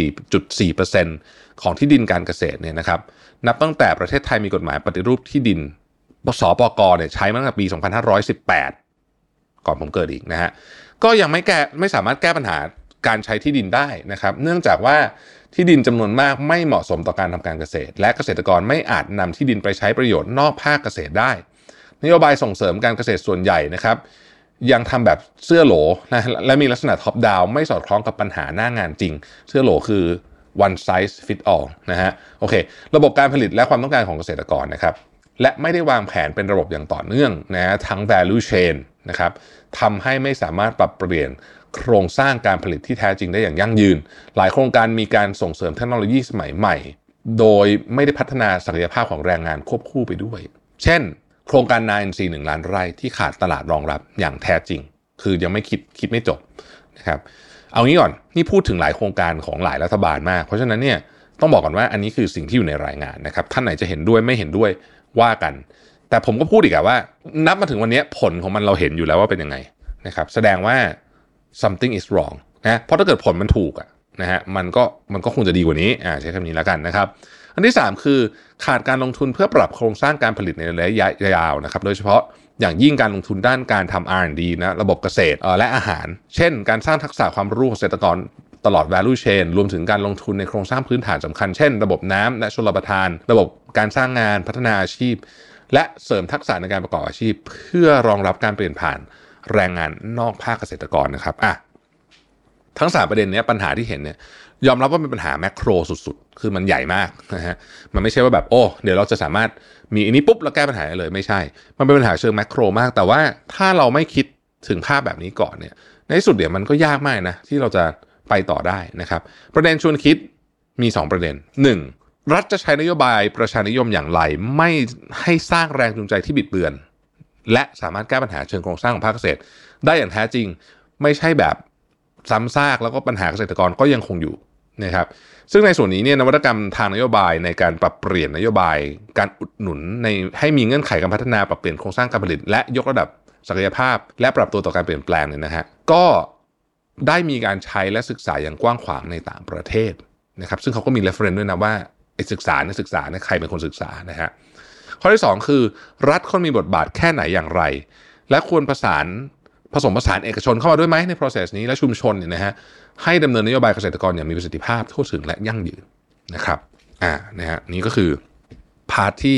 24.4% ของที่ดินการเกษตรเนี่ยนะครับนับตั้งแต่ประเทศไทยมีกฎหมายปฏิรูปที่ดินสปก.เนี่ยใช้มาตั้งแต่ปี 2518 ก่อนผมเกิดอีกนะฮะก็ยังไม่สามารถแก้ปัญหาการใช้ที่ดินได้นะครับเนื่องจากว่าที่ดินจำนวนมากไม่เหมาะสมต่อการทำการเกษตรและเกษตรกรไม่อาจนำที่ดินไปใช้ประโยชน์นอกภาคเกษตรได้นโยบายส่งเสริมการเกษตรส่วนใหญ่นะครับยังทำแบบเสื้อโหลนะและมีลักษณะท็อปดาวน์ไม่สอดคล้องกับปัญหาหน้างานจริงเสื้อโหลคือ one size fit all นะฮะโอเคระบบการผลิตและความต้องการของเกษตรกรนะครับและไม่ได้วางแผนเป็นระบบอย่างต่อเนื่องนะทั้ง value chain นะครับทำให้ไม่สามารถปรับเปลี่ยนโครงสร้างการผลิตที่แท้จริงได้อย่างยั่งยืนหลายโครงการมีการส่งเสริมเทคโนโลยีสมัยใหม่โดยไม่ได้พัฒนาศักยภาพของแรงงานควบคู่ไปด้วยเช่นโครงการ 9NC 1 ล้านไร่ที่ขาดตลาดรองรับอย่างแท้จริงคือยังไม่คิดไม่จบนะครับเอางี้ก่อนนี่พูดถึงหลายโครงการของหลายรัฐบาลมากเพราะฉะนั้นเนี่ยต้องบอกก่อนว่าอันนี้คือสิ่งที่อยู่ในรายงานนะครับท่านไหนจะเห็นด้วยไม่เห็นด้วยว่ากันแต่ผมก็พูดอีกว่านับมาถึงวันนี้ผลของมันเราเห็นอยู่แล้วว่าเป็นยังไงนะครับแสดงว่า something is wrong นะเพราะถ้าเกิดผลมันถูกนะฮะมันก็คงจะดีกว่านี้ใช้คำนี้แล้วกันนะครับอันที่3คือขาดการลงทุนเพื่อปรับโครงสร้างการผลิตในระยะยาวนะครับโดยเฉพาะอย่างยิ่งการลงทุนด้านการทำ R&D นะระบบเกษตรและอาหารเช่นการสร้างทักษะความรู้ของเกษตรกรตลอด value chain รวมถึงการลงทุนในโครงสร้างพื้นฐานสำคัญเช่นระบบน้ำและชลประทานระบบการสร้างงานพัฒนาอาชีพและเสริมทักษะในการประกอบอาชีพเพื่อรองรับการเปลี่ยนผ่านแรงงานนอกภาคเกษตรกรนะครับทั้ง3ประเด็นนี้ปัญหาที่เห็นเนี่ยยอมรับว่าเป็นปัญหาแมคโครสุดๆคือมันใหญ่มากนะฮะมันไม่ใช่ว่าแบบเดี๋ยวเราจะสามารถมีอันนี้ปุ๊บแล้วแก้ปัญหาเลยไม่ใช่มันเป็นปัญหาเชิงแมคโครมากแต่ว่าถ้าเราไม่คิดถึงภาพแบบนี้ก่อนเนี่ยในที่สุดเดี๋ยวมันก็ยากมากนะที่เราจะไปต่อได้นะครับประเด็นชวนคิดมี2ประเด็น1รัฐจะใช้นโยบายประชานิยมอย่างไรไม่ให้สร้างแรงจูงใจที่บิดเบือนและสามารถแก้ปัญหาเชิงโครงสร้างของภาคเกษตรได้อย่างแท้จริงไม่ใช่แบบซ้ำซากแล้วก็ปัญหาเกษตรกรก็ยังคงอยู่นะครับซึ่งในส่วนนี้เนี่ยนวัตกรรมทางนโยบายในการปรับเปลี่ยนนโยบายการอุดหนุนให้มีเงื่อนไขการพัฒนาปรับเปลี่ยนโครงสร้างการผลิตและยกระดับศักยภาพและปรับตัวต่อการเปลี่ยนแปลงเนี่ยนะฮะก็ได้มีการใช้และศึกษาอย่างกว้างขวางในต่างประเทศนะครับซึ่งเขาก็มี reference ด้วยนะว่าศึกษาใครเป็นคนศึกษานะฮะข้อที่2คือรัฐควรมีบทบาทแค่ไหนอย่างไรและควรผสมผสานเอกชนเข้ามาด้วยไหมใน process นี้และชุมชนเนี่ยนะฮะให้ดำเนินนโยบายเกษตรกรอย่างมีประสิทธิภาพทั่วถึงและยั่งยืนนะครับนะฮะนี่ก็คือพาร์ทที่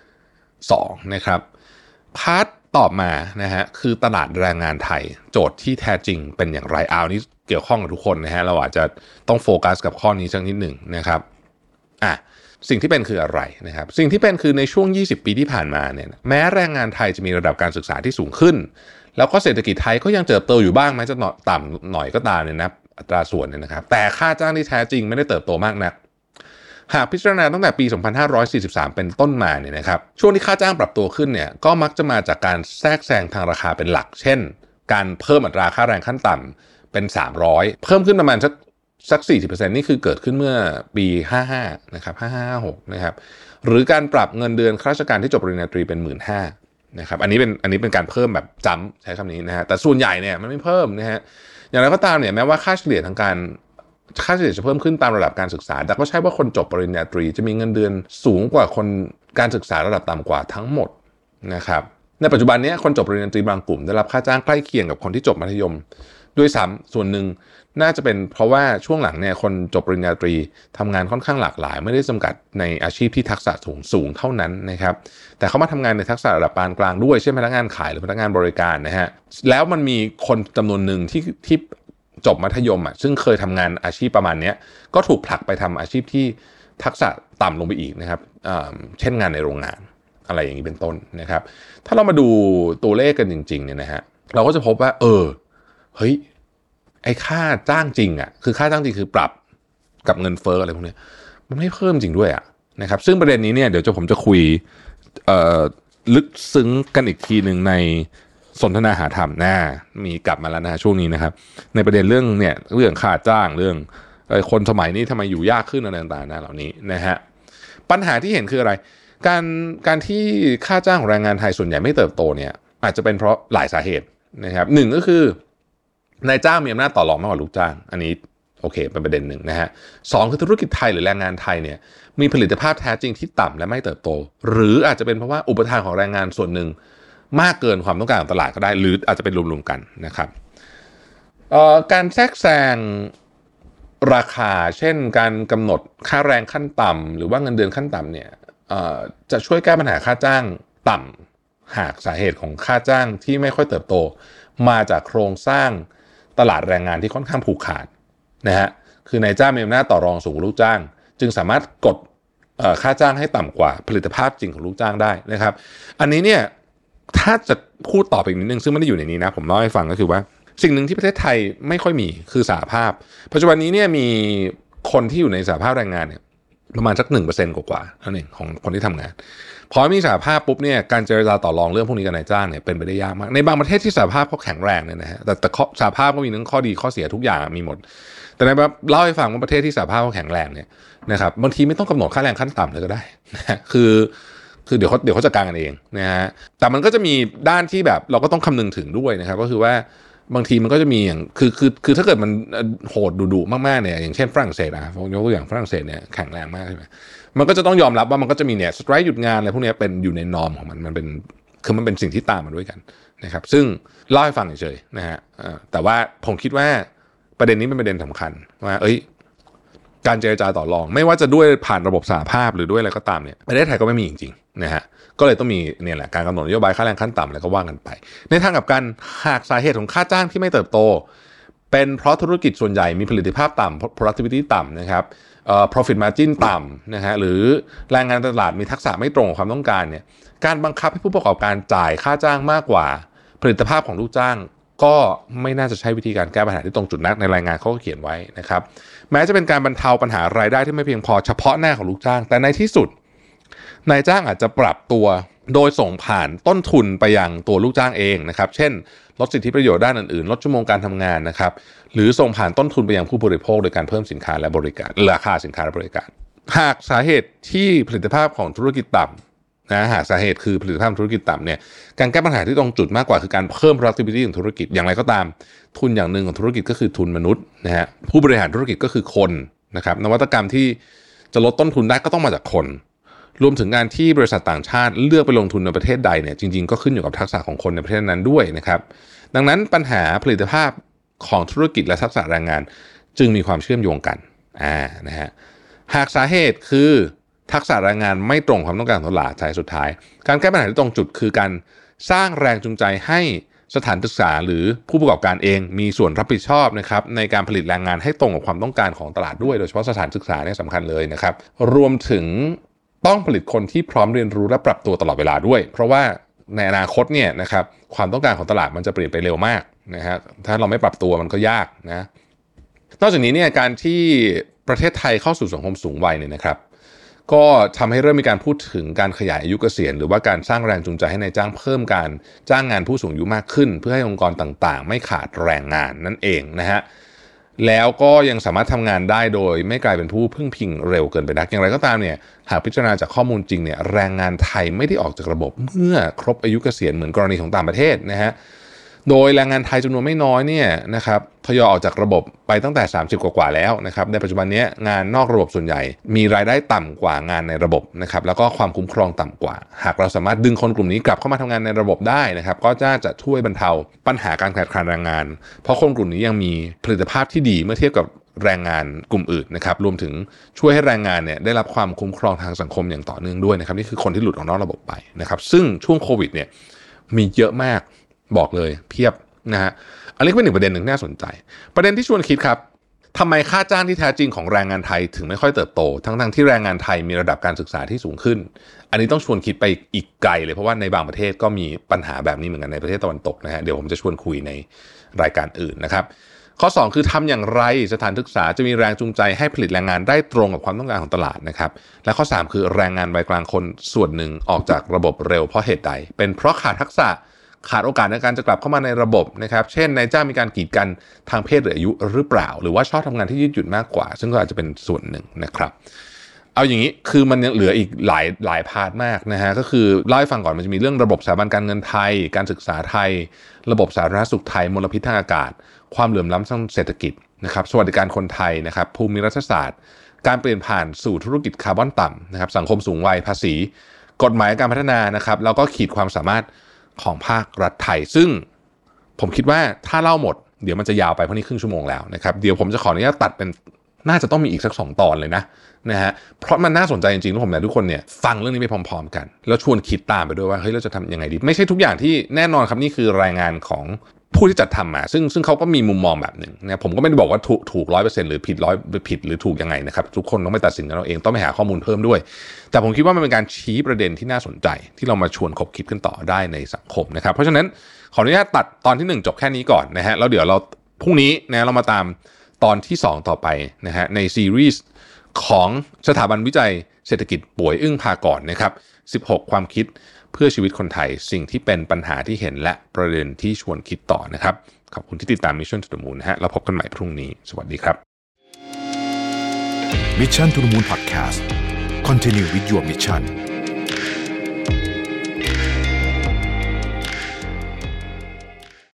2นะครับพาร์ทต่อมานะฮะคือตลาดแรงงานไทยโจทย์ที่แท้จริงเป็นอย่างไรนี่เกี่ยวข้องกับทุกคนนะฮะเราอาจจะต้องโฟกัสกับข้อนี้สักนิดหนึ่งนะครับสิ่งที่เป็นคืออะไรนะครับสิ่งที่เป็นคือในช่วง20ปีที่ผ่านมาเนี่ยแม้แรงงานไทยจะมีระดับการศึกษาที่สูงขึ้นแล้วก็เศรษฐกิจไทยก็ยังเติบโตอยู่บ้างแม้จะต่ำหน่อยก็ตามเนี่ยนะอัตราส่วนเนี่ยนะครับแต่ค่าจ้างที่แท้จริงไม่ได้เติบโตมากนักหากพิจารณาตั้งแต่ปี2543เป็นต้นมาเนี่ยนะครับช่วงที่ค่าจ้างปรับตัวขึ้นเนี่ยก็มักจะมาจากการแทรกแซงทางราคาเป็นหลักเช่นการเพิ่มอัตราค่าแรงขั้นต่ำเป็น300เพิ่มขึ้นประมาณสัก 40% นี่คือเกิดขึ้นเมื่อปี55นะครับ5556นะครับหรือการปรับเงินเดือนข้าราชการที่จบปริญญาตรีเป็น 15,000 นะครับอันนี้เป็นการเพิ่มแบบจ้ำใช้คำนี้นะฮะแต่ส่วนใหญ่เนี่ยมันไม่เพิ่มนะฮะอย่างไรก็ตามเนี่ยแม้ว่าค่าเฉลี่ยทางการค่าเฉลี่ยจะเพิ่มขึ้นตามระดับการศึกษาแต่ก็ใช่ว่าคนจบปริญญาตรีจะมีเงินเดือนสูงกว่าคนการศึกษาระดับต่ำกว่าทั้งหมดนะครับในปัจจุบันนี้คนจบปริญญาตรีบางกลุ่มได้รับค่าจ้างใกล้เคียงกับคนที่จบมัธยมด้วยซ้ำส่วนหนึ่งน่าจะเป็นเพราะว่าช่วงหลังเนี่ยคนจบปริญญาตรีทำงานค่อนข้างหลากหลายไม่ได้จำกัดในอาชีพที่ทักษะสูงเท่านั้นนะครับแต่เขามาทำงานในทักษะระดับปานกลางด้วยเช่นพนักงานขายหรือพนักงานบริการนะฮะแล้วมันมีคนจำนวนหนึ่งที่จบมัธยมซึ่งเคยทำงานอาชีพประมาณนี้ก็ถูกผลักไปทำอาชีพที่ทักษะต่ำลงไปอีกนะครับเช่นงานในโรงงานอะไรอย่างนี้เป็นต้นนะครับถ้าเรามาดูตัวเลขกันจริงๆเนี่ยนะฮะเราก็จะพบว่าเฮ้ยไอ้ค่าจ้างจริงคือค่าจ้างจริงคือปรับกับเงินเฟ้ออะไรพวกนี้มันไม่เพิ่มจริงด้วยนะครับซึ่งประเด็นนี้เนี่ยเดี๋ยวผมจะคุยลึกซึ้งกันอีกทีหนึ่งในสนทนาหาธรรมมีกลับมาแล้วนะช่วงนี้นะครับในประเด็นเรื่องค่าจ้างเรื่องคนสมัยนี้ทำไมอยู่ยากขึ้นอะไรต่างๆเหล่านี้นะฮะปัญหาที่เห็นคืออะไรการที่ค่าจ้างของแรงงานไทยส่วนใหญ่ไม่เติบโตเนี่ยอาจจะเป็นเพราะหลายสาเหตุนะครับหนึ่งก็คือนายจ้างมีอำนาจต่อรองมากกว่าลูกจ้างอันนี้โอเคเป็นประเด็นหนึ่งนะฮะสองคือธุรกิจไทยหรือแรงงานไทยเนี่ยมีผลิตภาพแท้จริงที่ต่ำและไม่เติบโตหรืออาจจะเป็นเพราะว่าอุปทานของแรงงานส่วนหนึ่งมากเกินความต้องการของตลาดก็ได้หรืออาจจะเป็นรวมๆกันนะครับการแทรกแซงราคาเช่นการกำหนดค่าแรงขั้นต่ำหรือว่าเงินเดือนขั้นต่ำเนี่ยจะช่วยแก้ปัญหาค่าจ้างต่ำหากสาเหตุของค่าจ้างที่ไม่ค่อยเติบโตมาจากโครงสร้างตลาดแรงงานที่ค่อนข้างผูกขาดนะฮะคือนายจ้างมีอำนาจต่อรองสูงกว่าลูกจ้างจึงสามารถกดค่าจ้างให้ต่ำกว่าผลิตภาพจริงของลูกจ้างได้นะครับอันนี้เนี่ยถ้าจะพูดต่อไปอีกนิดนึงซึ่งไม่ได้อยู่ในนี้นะผมเล่าให้ฟังก็คือว่าสิ่งหนึ่งที่ประเทศไทยไม่ค่อยมีคือสหภาพปัจจุบันนี้เนี่ยมีคนที่อยู่ในสหภาพแรงงานเนี่ยประมาณสัก 1% กว่าๆเท่านั้นเองของคนที่ทำงานพอมีสหภาพปุ๊บเนี่ยการเจรจาต่อรองเรื่องพวกนี้กับนายจ้างเนี่ยเป็นไปได้ยากมากในบางประเทศที่สหภาพเขาแข็งแรงเนี่ยนะฮะแต่สหภาพก็มีทั้งข้อดีข้อเสียทุกอย่างมีหมดแต่ในแบบเล่าให้ฟังว่าประเทศที่สหภาพเขาแข็งแรงเนี่ยนะครับบางทีไม่ต้องกำหนดค่าแรงขั้นต่ำเลยก็ได้นะคือเดี๋ยวเขาจัดการกันเองนะฮะแต่มันก็จะมีด้านที่แบบเราก็ต้องคำนึงถึงด้วยนะครับก็คือว่าบางทีมันก็จะมีอย่างคือถ้าเกิดมันโหดดุมากๆเนี่ยอย่างเช่นฝรั่งเศสผมยกตัวอย่างฝรั่งเศสเนี่ยแข็งแรงมากใช่ไหมมันก็จะต้องยอมรับว่ามันก็จะมีเนี่ยสไตรค์หยุดงานอะไรพวกนี้เป็นอยู่ในนอร์มของมันเป็นสิ่งที่ตามมาด้วยกันนะครับซึ่งเล่าให้ฟังเฉยๆนะฮะแต่ว่าผมคิดว่าประเด็นนี้เป็นประเด็นสำคัญว่าการเจรจาต่อรองไม่ว่าจะด้วยผ่านระบบสหภาพหรือด้วยอะไรก็ตามเนี่ยประเทศไทยก็ไม่มีจริงๆนะฮะก็เลยต้องมีเนี่ยแหละการกำหนดนโยบายค่าแรงขั้นต่ำอะไรก็ว่ากันไปในทางกับการหากสาเหตุของค่าจ้างที่ไม่เติบโตเป็นเพราะธุรกิจส่วนใหญ่มีผลิตภาพต่ำ productivity ต่ำนะครับprofit margin ต่ำนะฮะหรือแรงงานตลาดมีทักษะไม่ตรงกับความต้องการเนี่ยการบังคับให้ผู้ประกอบการจ่ายค่าจ้างมากกว่าผลิตภาพของลูกจ้างก็ไม่น่าจะใช้วิธีการแก้ปัญหาที่ตรงจุดนักในรายงานเขาก็เขียนไว้นะครับแม้จะเป็นการบรรเทาปัญหารายได้ที่ไม่เพียงพอเฉพาะหน้าของลูกจ้างแต่ในที่สุดนายจ้างอาจจะปรับตัวโดยส่งผ่านต้นทุนไปยังตัวลูกจ้างเองนะครับเช่นลดสิทธิประโยชน์ด้านอื่นๆลดชั่วโมงการทำงานนะครับหรือส่งผ่านต้นทุนไปยังผู้บริโภคโดยการเพิ่มสินค้าและบริการราคาสินค้าและบริการหากสาเหตุที่ผลิตภาพของธุรกิจต่นะหากสาเหตุคือผลิตภาพธุรกิจต่ำเนี่ยการแก้ปัญหาที่ตรงจุดมากกว่าคือการเพิ่ม productivity ของธุรกิจอย่างไรก็ตามทุนอย่างหนึ่งของธุรกิจก็คือทุนมนุษย์นะฮะผู้บริหารธุรกิจก็คือคนนะครับนวัตกรรมที่จะลดต้นทุนได้ก็ต้องมาจากคนรวมถึงการที่บริษัทต่างชาติเลือกไปลงทุนในประเทศใดเนี่ยจริงๆก็ขึ้นอยู่กับทักษะของคนในประเทศนั้นด้วยนะครับดังนั้นปัญหาผลิตภาพของธุรกิจและทักษะแรงงานจึงมีความเชื่อมโยงกันนะฮะหากสาเหตุคือทักษะแรงงานไม่ตรงความต้องการของตลาดสายสุดท้ายการแก้ปัญหาที่ตรงจุดคือการสร้างแรงจูงใจให้สถานศึกษาหรือผู้ประกอบการเองมีส่วนรับผิดชอบนะครับในการผลิตแรงงานให้ตรงกับความต้องการของตลาดด้วยโดยเฉพาะสถานศึกษาเนี่ยสำคัญเลยนะครับรวมถึงต้องผลิตคนที่พร้อมเรียนรู้และปรับตัวตลอดเวลาด้วยเพราะว่าในอนาคตเนี่ยนะครับความต้องการของตลาดมันจะเปลี่ยนไปเร็วมากนะฮะถ้าเราไม่ปรับตัวมันก็ยากนะนอกจากนี้เนี่ยการที่ประเทศไทยเข้าสู่สังคมสูงวัยเนี่ยนะครับก็ทำให้เริ่มมีการพูดถึงการขยายอายุเกษียณหรือว่าการสร้างแรงจูงใจให้นายจ้างเพิ่มการจ้างงานผู้สูงอายุมากขึ้นเพื่อให้องค์กรต่างๆไม่ขาดแรงงานนั่นเองนะฮะแล้วก็ยังสามารถทำงานได้โดยไม่กลายเป็นผู้พึ่งพิงเร็วเกินไปนักอย่างไรก็ตามเนี่ยหากพิจารณาจากข้อมูลจริงเนี่ยแรงงานไทยไม่ได้ออกจากระบบเมื่อครบอายุเกษียณเหมือนกรณีของต่างประเทศนะฮะโดยแรงงานไทยจำนวนไม่น้อยเนี่ยนะครับทยอยออกจากระบบไปตั้งแต่30กว่าแล้วนะครับในปัจจุบันนี้งานนอกระบบส่วนใหญ่มีรายได้ต่ำกว่างานในระบบนะครับแล้วก็ความคุ้มครองต่ำกว่าหากเราสามารถดึงคนกลุ่มนี้กลับเข้ามาทำงานในระบบได้นะครับก็จะช่วยบรรเทาปัญหาการขาดแคลนแรงงานเพราะคนกลุ่มนี้ยังมีผลิตภาพที่ดีเมื่อเทียบกับแรงงานกลุ่มอื่นนะครับรวมถึงช่วยให้แรงงานเนี่ยได้รับความคุ้มครองทางสังคมอย่างต่อเนื่องด้วยนะครับนี่คือคนที่หลุดออกนอกระบบไปนะครับซึ่งช่วงโควิดเนี่ยมีเยอะมากบอกเลยเพียบนะฮะอันนี้เป็นหนึ่งประเด็นหนึ่งน่าสนใจประเด็นที่ชวนคิดครับทำไมค่าจ้างที่แท้จริงของแรงงานไทยถึงไม่ค่อยเติบโตทั้งที่แรงงานไทยมีระดับการศึกษาที่สูงขึ้นอันนี้ต้องชวนคิดไปอีกไกลเลยเพราะว่าในบางประเทศก็มีปัญหาแบบนี้เหมือนกันในประเทศตะวันตกนะฮะเดี๋ยวผมจะชวนคุยในรายการอื่นนะครับข้อ2คือทำอย่างไรสถานศึกษาจะมีแรงจูงใจให้ผลิตแรงงานได้ตรงกับความต้องการของตลาดนะครับและข้อ3คือแรงงานวัยกลางคนส่วนหนึ่งออกจากระบบเร็วเพราะเหตุใดเป็นเพราะขาดทักษะขาดโอกาสในการจะกลับเข้ามาในระบบนะครับเช่นนายจ้างมีการกีดกันทางเพศหรืออายุหรือเปล่าหรือว่าชอบทำงานที่ยืดหยุ่นมากกว่าซึ่งก็อาจจะเป็นส่วนหนึ่งนะครับเอาอย่างนี้คือมันยังเหลืออีกหลายพาร์ทมากนะฮะก็คือเล่าให้ฟังก่อนมันจะมีเรื่องระบบสถาบันการเงินไทยการศึกษาไทยระบบสาธารณสุขไทยมลพิษทางอากาศความเหลื่อมล้ำทางเศรษฐกิจนะครับสวัสดิการคนไทยนะครับภูมิรัฐศาสตร์การเปลี่ยนผ่านสู่ธุรกิจคาร์บอนต่ำนะครับสังคมสูงวัยภาษีกฎหมายการพัฒนานะครับแล้วก็ขีดความสามารถของภาครัฐไทยซึ่งผมคิดว่าถ้าเล่าหมดเดี๋ยวมันจะยาวไปเพราะนี่ครึ่งชั่วโมงแล้วนะครับเดี๋ยวผมจะขออนุญาตตัดเป็นน่าจะต้องมีอีกสัก2ตอนเลยนะฮะเพราะมันน่าสนใจจริงๆแล้วผมอยากทุกคนเนี่ยฟังเรื่องนี้ไปพร้อมๆกันแล้วชวนคิดตามไปด้วยว่าเฮ้ยเราจะทำยังไงดีไม่ใช่ทุกอย่างที่แน่นอนครับนี่คือรายงานของผู้ที่จัดทำมาซึ่งเขาก็มีมุมมองแบบหนึ่งนะผมก็ไม่ได้บอกว่าถูก 100% หรือผิดหรือถูกยังไงนะครับทุกคนต้องไปตัดสินกันเอาเองต้องไปหาข้อมูลเพิ่มด้วยแต่ผมคิดว่ามันเป็นการชี้ประเด็นที่น่าสนใจที่เรามาชวนคบคิดกันต่อได้ในสังคมนะครับเพราะฉะนั้นขออนุญาตตัดตอนที่1จบแค่นี้ก่อนนะฮะแล้วเดี๋ยวเราพรุ่งนี้นะเรามาตามตอนที่2ต่อไปนะฮะในซีรีส์ของสถาบันวิจัยเศรษฐกิจป่วยอึ้งพาก่อนนะครับ16ความคิดเพื่อชีวิตคนไทยสิ่งที่เป็นปัญหาที่เห็นและประเด็นที่ชวนคิดต่อนะครับขอบคุณที่ติดตาม Mission to the Moon นะฮะเราพบกันใหม่พรุ่งนี้สวัสดีครับ Mission to the Moon Podcast Continue with your mission